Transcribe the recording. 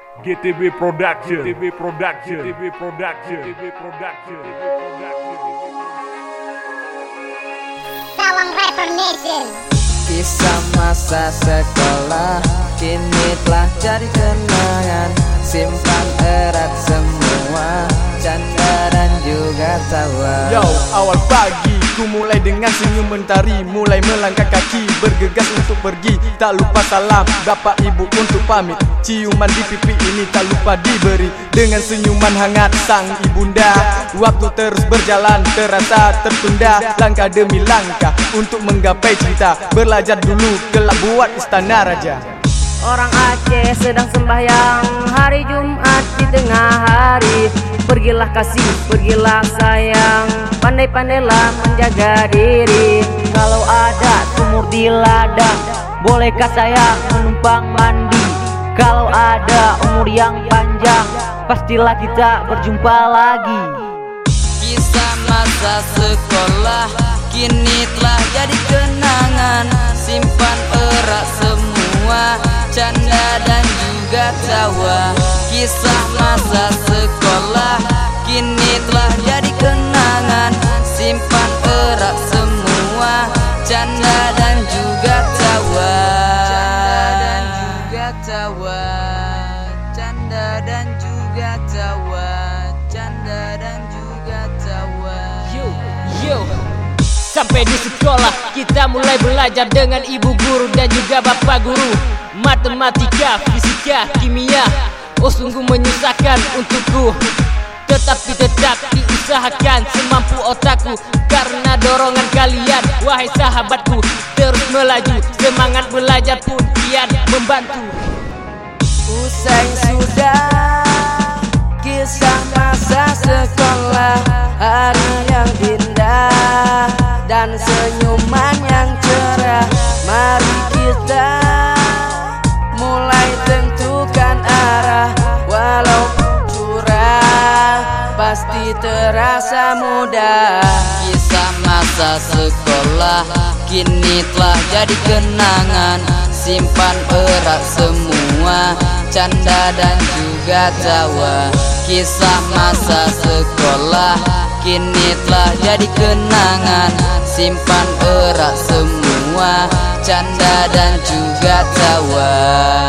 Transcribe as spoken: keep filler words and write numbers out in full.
G T B Production, G T B Production, G T B Production, G T B Production, G T B Production. Tawang Rapper Nation. Kisah masa sekolah kini telah jadi kenangan, simpan erat semua canda dan juga tawa. Yo, awal pagi ku mulai dengan senyum mentari, mulai melangkah kaki bergegas untuk pergi. Tak lupa salam bapak ibu untuk pamit, ciuman di pipi ini tak lupa diberi. Dengan senyuman hangat sang ibunda, waktu terus berjalan terasa tertunda. Langkah demi langkah untuk menggapai cinta, belajar dulu kelak buat istana raja. Orang Aceh sedang sembahyang hari Jumat di tengah hari. Pergilah kasih, pergilah sayang, pandai-pandailah menjaga diri. Kalau ada sumur di ladang, bolehkah saya menumpang mandi? Kalau ada umur yang panjang, pastilah kita berjumpa lagi. Kisah masa sekolah kini telah jadi kenangan, simpan erat semua canda dan juga tawa. Kisah masa sekolah kini telah jadi kenangan, simpan erat semua canda dan juga tawa. Canda dan juga tawa, canda dan juga tawa, canda dan juga tawa. Yo, yo. Sampai di sekolah kita mulai belajar dengan ibu guru dan juga bapak guru. Matematika, fisika, kimia, oh sungguh menyusahkan untukku. Tetapi tetap diusahakan semampu otakku, karena dorongan kalian, wahai sahabatku, terus melaju. Semangat belajar pun kian membantu. Usai sudah kisah masa sekolah, hari yang indah dan senyuman yang cerah. Mari kita mulai tentukan arah, walau curah pasti terasa mudah. Kisah masa sekolah kini telah jadi kenangan, simpan erat semua canda dan juga tawa. Kisah masa sekolah kini telah jadi kenangan, simpan erat semua canda dan juga tawa.